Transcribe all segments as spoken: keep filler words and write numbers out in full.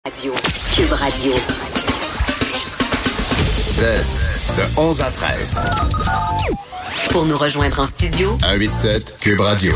Radio. Cube Radio. De, de onze à treize. Pour nous rejoindre en studio, un huit sept Cube Radio.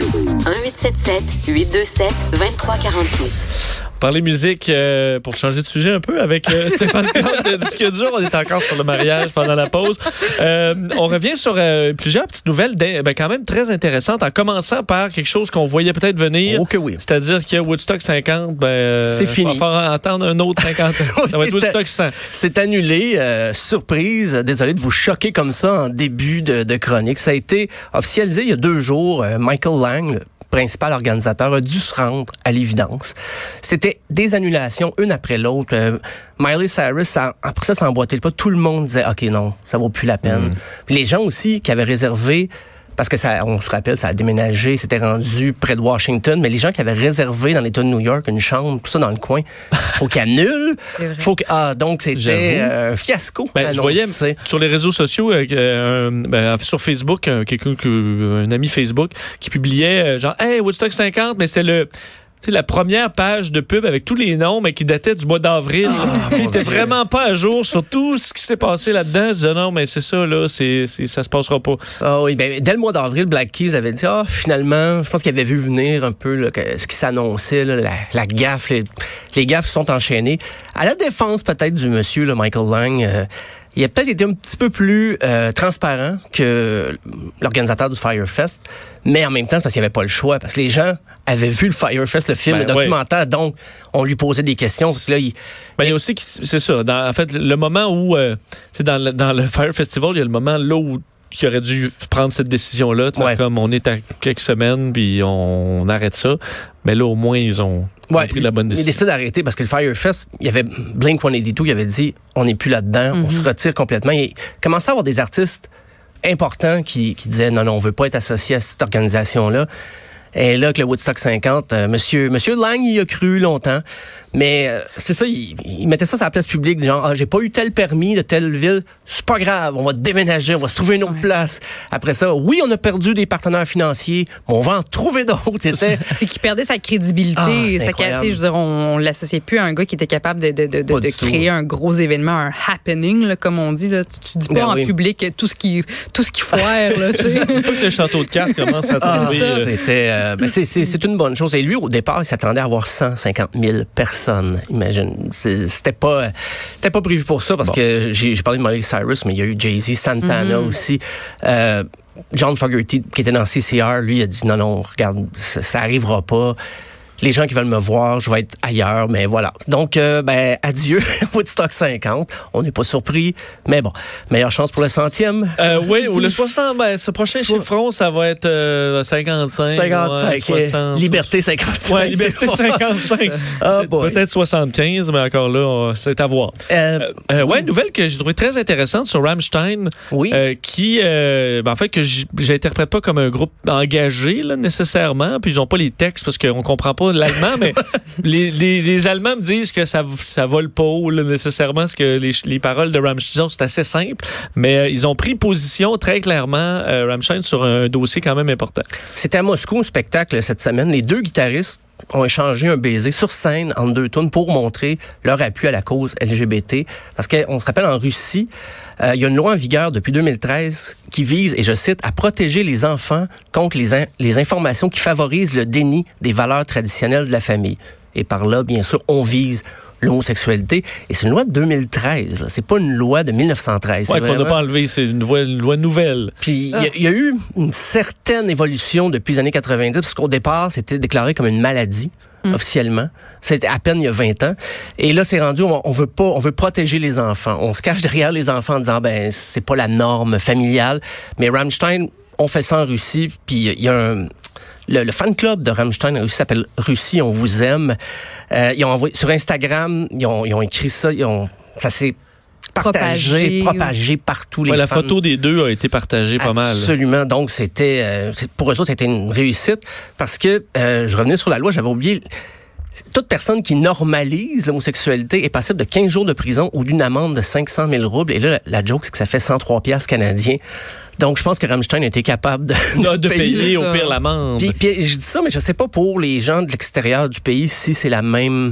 un huit sept sept huit deux sept deux trois quatre six. Parler musique, euh, pour changer de sujet un peu avec euh, Stéphane Plante de Disque dur. On est encore sur le mariage pendant la pause. Euh, on revient sur euh, plusieurs petites nouvelles ben, quand même très intéressantes, en commençant par quelque chose qu'on voyait peut-être venir. Oh que oui. C'est-à-dire que Woodstock cinquante, ben, euh, c'est fini. On va faire entendre un autre cinquante. Oui, ça va être Woodstock cent. C'est annulé. Euh, surprise. Désolé de vous choquer comme ça en début de, de chronique. Ça a été officialisé il y a deux jours. Euh, Michael Lang, le principal organisateur, a dû se rendre à l'évidence. C'était des annulations, une après l'autre. Euh, Miley Cyrus, ça, après ça, ça emboîtait le pas. Tout le monde disait, OK, non, ça vaut plus la peine. Mm. Puis les gens aussi qui avaient réservé, parce que ça, on se rappelle, ça a déménagé, c'était rendu près de Washington, mais les gens qui avaient réservé dans l'État de New York une chambre, tout ça dans le coin, faut qu'ils annulent. Faut que, ah, donc c'était euh, un fiasco. Ben, je voyais sur les réseaux sociaux, euh, ben, sur Facebook, euh, quelqu'un, un ami Facebook, qui publiait euh, genre, hey, Woodstock cinquante, mais c'est le... Tu sais, la première page de pub avec tous les noms, mais qui datait du mois d'avril. Ah, il était vraiment pas à jour sur tout ce qui s'est passé là-dedans. Je disais, non, mais c'est ça, là, c'est, c'est, ça se passera pas. Ah oui, ben, dès le mois d'avril, Black Keys avait dit, ah, finalement, je pense qu'il avait vu venir un peu là, que, ce qui s'annonçait, là, la, la gaffe, les, les gaffes se sont enchaînées. À la défense, peut-être, du monsieur, là, Michael Lang, euh, il a peut-être été un petit peu plus euh, transparent que l'organisateur du Firefest, mais en même temps, c'est parce qu'il n'y avait pas le choix, parce que les gens avaient vu le Firefest, le film, ben, le documentaire, ouais. Donc on lui posait des questions. Parce que là, il... Ben, il y a aussi, c'est ça, dans, en fait, le moment où, euh, dans, le, dans le Fire Festival, il y a le moment là où qui aurait dû prendre cette décision-là, ouais. Comme on est à quelques semaines, puis on, on arrête ça. Mais là, au moins, ils ont... Ouais, pris la bonne décision. Il décide d'arrêter parce que le Firefest, il y avait Blink cent quatre-vingt-deux, il avait dit on n'est plus là-dedans, mm-hmm. On se retire complètement. Il commençait à avoir des artistes importants qui, qui disaient non, non, on veut pas être associé à cette organisation-là. Et là, que le Woodstock cinquante, euh, monsieur, monsieur Lang y a cru longtemps. Mais euh, c'est ça, il, il mettait ça sur la place publique, genre, ah, j'ai pas eu tel permis de telle ville, c'est pas grave, on va déménager, on va se trouver une autre ouais. place. Après ça, oui, on a perdu des partenaires financiers, mais on va en trouver d'autres. C'était... C'est qu'il perdait sa crédibilité, ah, sa qualité. Je veux dire, on, on l'associait plus à un gars qui était capable de, de, de, de, de créer un gros événement, un happening, là, comme on dit. Là. Tu, tu dis pas ben en oui. public tout ce qui, tout ce qui foire. Là, tu sais. Faut que le château de cartes commence à tomber. Ah, c'était, euh, ben c'est, c'est, c'est une bonne chose. Et lui, au départ, il s'attendait à avoir cent cinquante mille personnes. Imagine, c'est, c'était pas, c'était pas prévu pour ça parce bon. que j'ai, j'ai parlé de Miley Cyrus, mais il y a eu Jay-Z, Santana mm-hmm. aussi. Euh, John Fogerty, qui était dans C C R, lui, a dit non, non, regarde, ça, ça arrivera pas. Les gens qui veulent me voir, je vais être ailleurs, mais voilà. Donc, euh, ben, adieu, Woodstock cinquante. On n'est pas surpris, mais bon, meilleure chance pour le centième. Euh, oui, ou le soixante, ben, ce prochain chiffron, ça va être euh, cinquante-cinq. cinquante-cinq, ouais, soixante. Liberté cinquante-cinq. Oui, Liberté cinquante-cinq. Ah, peut-être soixante-quinze, mais encore là, c'est à voir. Euh, euh, oui, oui, une nouvelle que j'ai trouvée très intéressante sur Rammstein, oui. euh, qui, euh, ben, en fait, que j'interprète pas comme un groupe engagé, là, nécessairement, puis ils n'ont pas les textes parce qu'on comprend pas l'allemand, mais les, les, les Allemands me disent que ça, ça vole pas haut, là, nécessairement, parce que les, les paroles de Rammstein, c'est assez simple, mais euh, ils ont pris position très clairement, euh, Rammstein, sur un dossier quand même important. C'était à Moscou, un spectacle cette semaine. Les deux guitaristes ont échangé un baiser sur scène entre deux tunes pour montrer leur appui à la cause L G B T. Parce qu'on se rappelle, en Russie, euh, il y a une loi en vigueur depuis deux mille treize qui vise, et je cite, à protéger les enfants contre les, in- les informations qui favorisent le déni des valeurs traditionnelles de la famille. Et par là, bien sûr, on vise l'homosexualité. Et c'est une loi de deux mille treize. Là. C'est pas une loi de mille neuf cent treize. Oui, qu'on n'a pas enlevé. C'est une loi, une loi nouvelle. Puis il ah. y, y a eu une certaine évolution depuis les années quatre-vingt-dix, parce qu'au départ, c'était déclaré comme une maladie, mm. officiellement. C'était à peine il y a vingt ans. Et là, c'est rendu, on, on veut pas, on veut protéger les enfants. On se cache derrière les enfants en disant, ben, c'est pas la norme familiale. Mais Rammstein, on fait ça en Russie, puis il y a un... Le, le fan club de Rammstein en Russie s'appelle Russie, on vous aime. Euh, ils ont envoyé sur Instagram, ils ont, ils ont écrit ça, ils ont, ça s'est partagé, propagé, propagé partout. Les ouais, la fans. photo des deux a été partagée pas mal. Absolument. Donc c'était, euh, pour eux autres, c'était une réussite parce que euh, je revenais sur la loi, j'avais oublié. Toute personne qui normalise l'homosexualité est passible de quinze jours de prison ou d'une amende de cinq cent mille roubles. Et là, la joke, c'est que ça fait cent trois piastres canadiens. Donc, je pense que Rammstein a été capable de, de, de payer, payer au pire l'amende. Puis, puis, je dis ça, mais je sais pas pour les gens de l'extérieur du pays si c'est la même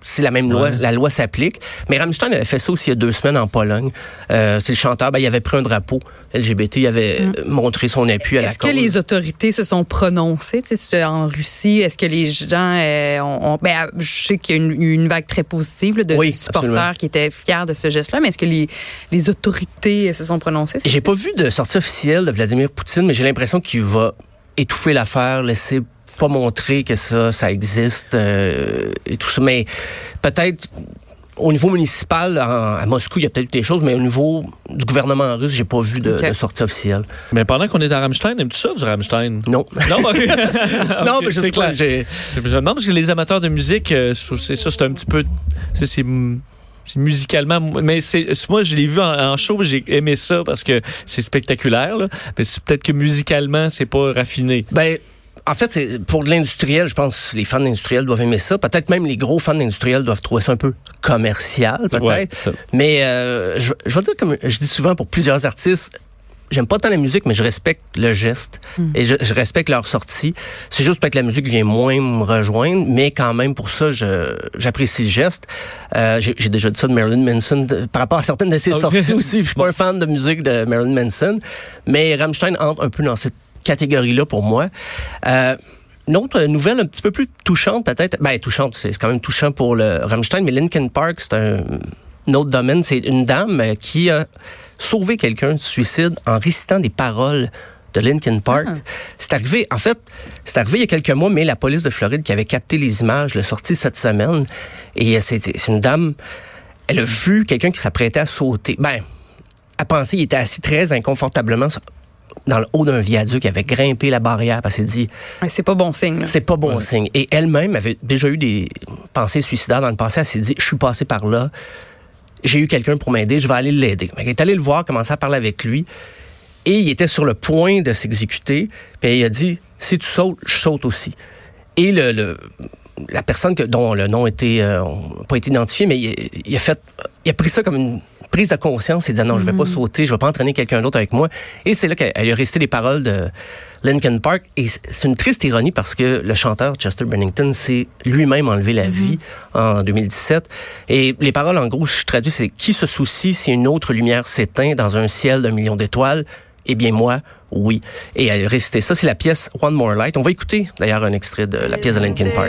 c'est la même loi, ouais. La loi s'applique. Mais Rammstein avait fait ça aussi il y a deux semaines en Pologne. Euh, c'est le chanteur, ben, il avait pris un drapeau L G B T, il avait mm. montré son appui à est-ce la cause. Est-ce que les autorités se sont prononcées en Russie? Est-ce que les gens euh, ont... ont ben, je sais qu'il y a une, une vague très positive là, de, oui, de supporters absolument. Qui étaient fiers de ce geste-là, mais est-ce que les, les autorités se sont prononcées? J'ai pas vu de sortie officielle de Vladimir Poutine, mais j'ai l'impression qu'il va étouffer l'affaire, laisser pas montrer que ça, ça existe euh, et tout ça. Mais peut-être au niveau municipal, en, à Moscou, il y a peut-être des choses, mais au niveau du gouvernement russe, j'ai pas vu de, okay. de sortie officielle. Mais pendant qu'on est à Rammstein, aimes-tu ça du Rammstein? Non. Non, okay. non mais je sais clair. J'ai... C'est, je me demande parce que les amateurs de musique, c'est ça, c'est un petit peu... C'est, c'est, c'est musicalement... Mais c'est, moi, je l'ai vu en, en show, j'ai aimé ça parce que c'est spectaculaire, là. Mais c'est, peut-être que musicalement, c'est pas raffiné. Ben... En fait, c'est pour de l'industriel, je pense que les fans d'industriel doivent aimer ça. Peut-être même les gros fans d'industriel doivent trouver ça un peu commercial, peut-être. Ouais, mais euh, je, je vais dire, comme je dis souvent pour plusieurs artistes, j'aime pas tant la musique, mais je respecte le geste. Mm. Et je, je respecte leur sortie. C'est juste peut-être que la musique vient moins me rejoindre, mais quand même, pour ça, je, j'apprécie le geste. Euh, j'ai, j'ai déjà dit ça de Marilyn Manson, de, par rapport à certaines de ses okay. sorties aussi. Je suis pas un fan de musique de Marilyn Manson, mais Rammstein entre un peu dans cette catégorie-là pour moi. Euh, une autre nouvelle un petit peu plus touchante peut-être, ben touchante, c'est, c'est quand même touchant pour le Rammstein, mais Linkin Park, c'est un, un autre domaine. C'est une dame qui a sauvé quelqu'un du suicide en récitant des paroles de Linkin Park. Ah. C'est arrivé, en fait, c'est arrivé il y a quelques mois, mais la police de Floride qui avait capté les images l'a sorti cette semaine. Et c'est, c'est une dame, elle a vu quelqu'un qui s'apprêtait à sauter. Ben, à penser, il était assis très inconfortablement dans le haut d'un viaduc, avait grimpé la barrière parce qu'elle dit... C'est pas bon signe. Là. C'est pas bon ouais. signe. Et elle-même avait déjà eu des pensées suicidaires dans le passé. Elle s'est dit, je suis passée par là, j'ai eu quelqu'un pour m'aider, je vais aller l'aider. Elle est allée le voir, commencer à parler avec lui, et il était sur le point de s'exécuter, puis il a dit, si tu sautes, je saute aussi. Et le... le la personne que, dont le nom était euh, pas été identifié, mais il, il a fait, il a pris ça comme une prise de conscience et dit non, je vais pas sauter, je vais pas entraîner quelqu'un d'autre avec moi. Et c'est là qu'elle a resté les paroles de Linkin Park. Et c'est une triste ironie parce que le chanteur Chester Bennington s'est lui-même enlevé la vie mm-hmm. en deux mille dix-sept. Et les paroles, en gros, je traduis, c'est qui se soucie si une autre lumière s'éteint dans un ciel d'un million d'étoiles? Eh bien, moi, oui. Et elle a récité ça, c'est la pièce One More Light. On va écouter d'ailleurs un extrait de la pièce de Linkin Park.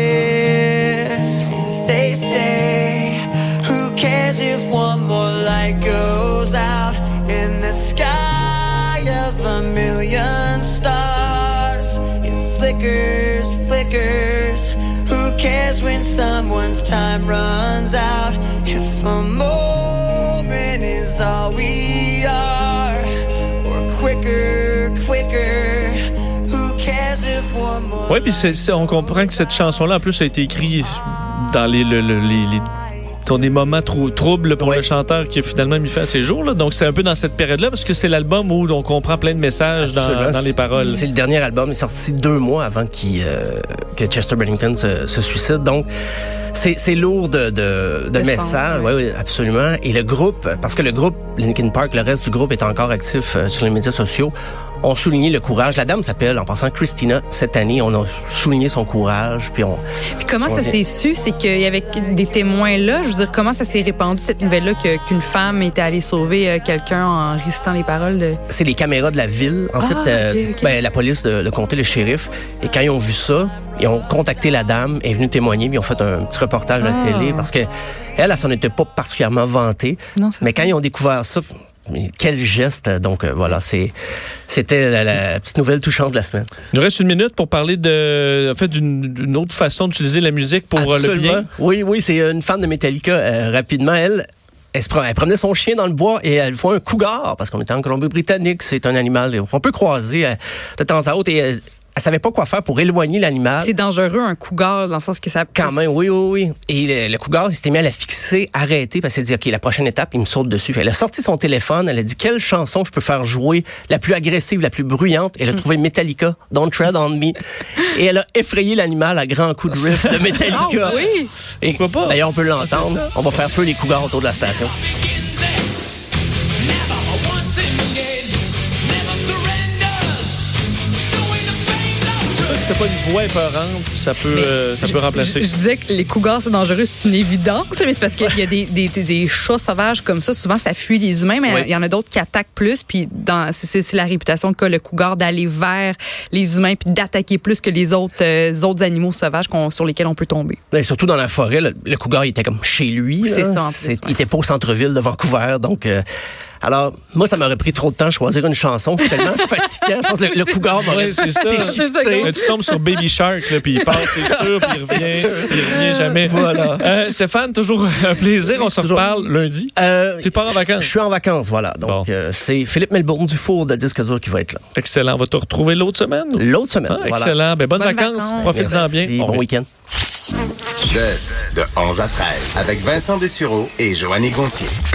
They say, who cares if one more light goes out in the sky of a million stars? It flickers, flickers. Who cares when someone's time runs out? If a moment is all we are, or quicker, quicker. Who cares if one more? Oui, puis c'est, c'est, on comprend que cette chanson-là, en plus, a été écrite dans les, le, le, les, les dans des moments trop troubles pour ouais. le chanteur qui a finalement mis fin à ses jours. Là. Donc, c'est un peu dans cette période-là, parce que c'est l'album où on comprend plein de messages dans, dans les paroles. C'est le dernier album, il est sorti deux mois avant qu'il, euh, que Chester Bennington se, se suicide. Donc, c'est, c'est lourd de, de, de messages. Oui, oui, absolument. Et le groupe, parce que le groupe Linkin Park, le reste du groupe est encore actif euh, sur les médias sociaux, ont souligné le courage. La dame s'appelle, en passant, Christina. Cette année, on a souligné son courage. Puis, on, puis comment on ça vient... s'est su? C'est qu'il y avait des témoins là. Je veux dire, comment ça s'est répandu, cette nouvelle-là, que, qu'une femme était allée sauver quelqu'un en récitant les paroles de... C'est les caméras de la ville. En ah, fait, euh, okay, okay. Ben, la police, de, le comté, le shérif. Et quand ils ont vu ça, ils ont contacté la dame, elle est venue témoigner, puis ils ont fait un petit reportage ah. à la télé. Parce que elle, elle s'en était pas particulièrement vantée. Non, mais ça. Quand ils ont découvert ça... Mais quel geste. Donc, euh, voilà, c'est, c'était la, la petite nouvelle touchante de la semaine. Il nous reste une minute pour parler de, en fait, d'une, d'une autre façon d'utiliser la musique pour Absolument. Le bien. Oui, oui, c'est une fan de Metallica. Euh, rapidement, elle, elle, se, elle promenait son chien dans le bois et elle voit un cougar, parce qu'on était en Colombie-Britannique, c'est un animal qu'on peut croiser euh, de temps à autre. Et euh, elle savait pas quoi faire pour éloigner l'animal. C'est dangereux, un cougar, dans le sens que ça... Quand même, oui, oui, oui. Et le, le cougar, il s'était mis à la fixer, arrêter, parce qu'elle s'est dit, OK, la prochaine étape, il me saute dessus. Elle a sorti son téléphone, elle a dit, quelle chanson je peux faire jouer la plus agressive, la plus bruyante? Elle a mm. trouvé Metallica, Don't Tread on Me. Et elle a effrayé l'animal à grands coups de riff de Metallica. Oh, oui! Et, pourquoi pas? D'ailleurs, on peut l'entendre. On va faire feu les cougars autour de la station. si t'as pas une voix épeurante, ça peut, euh, ça peut remplacer. Je, je disais que les cougars, c'est dangereux, c'est une évidence, mais c'est parce qu'il y a des, des, des, des chats sauvages comme ça. Souvent, ça fuit les humains, mais il oui. y en a d'autres qui attaquent plus. Puis dans, c'est, c'est la réputation qu'a le cougar d'aller vers les humains puis d'attaquer plus que les autres, euh, autres animaux sauvages qu'on, sur lesquels on peut tomber. Et surtout dans la forêt, le, le cougar, il était comme chez lui. C'est là. ça, en plus, c'est, ouais. Il était pas au centre-ville de Vancouver, donc... Euh, alors, moi, ça m'aurait pris trop de temps de choisir une chanson. C'est tellement fatigant. Je pense que le, le cougar m'aurait ouais, c'est ça. déchiqueté. Tu tombes sur Baby Shark, là, puis il passe, c'est sûr, puis il revient, il revient jamais. Voilà. Euh, Stéphane, toujours un plaisir. On se reparle lundi. Euh, tu pars en vacances? Je suis en vacances, voilà. Donc, bon. euh, c'est Philippe Melbourne du Four de Disque dur qui va être là. Excellent. On va te retrouver l'autre semaine? L'autre semaine, ah, voilà. Excellent. Ben, bonnes, bonnes vacances. vacances. Profitez-en bien. Bon on week-end. Jess, de onze à treize, avec Vincent Dessureau et Joanny Gontier.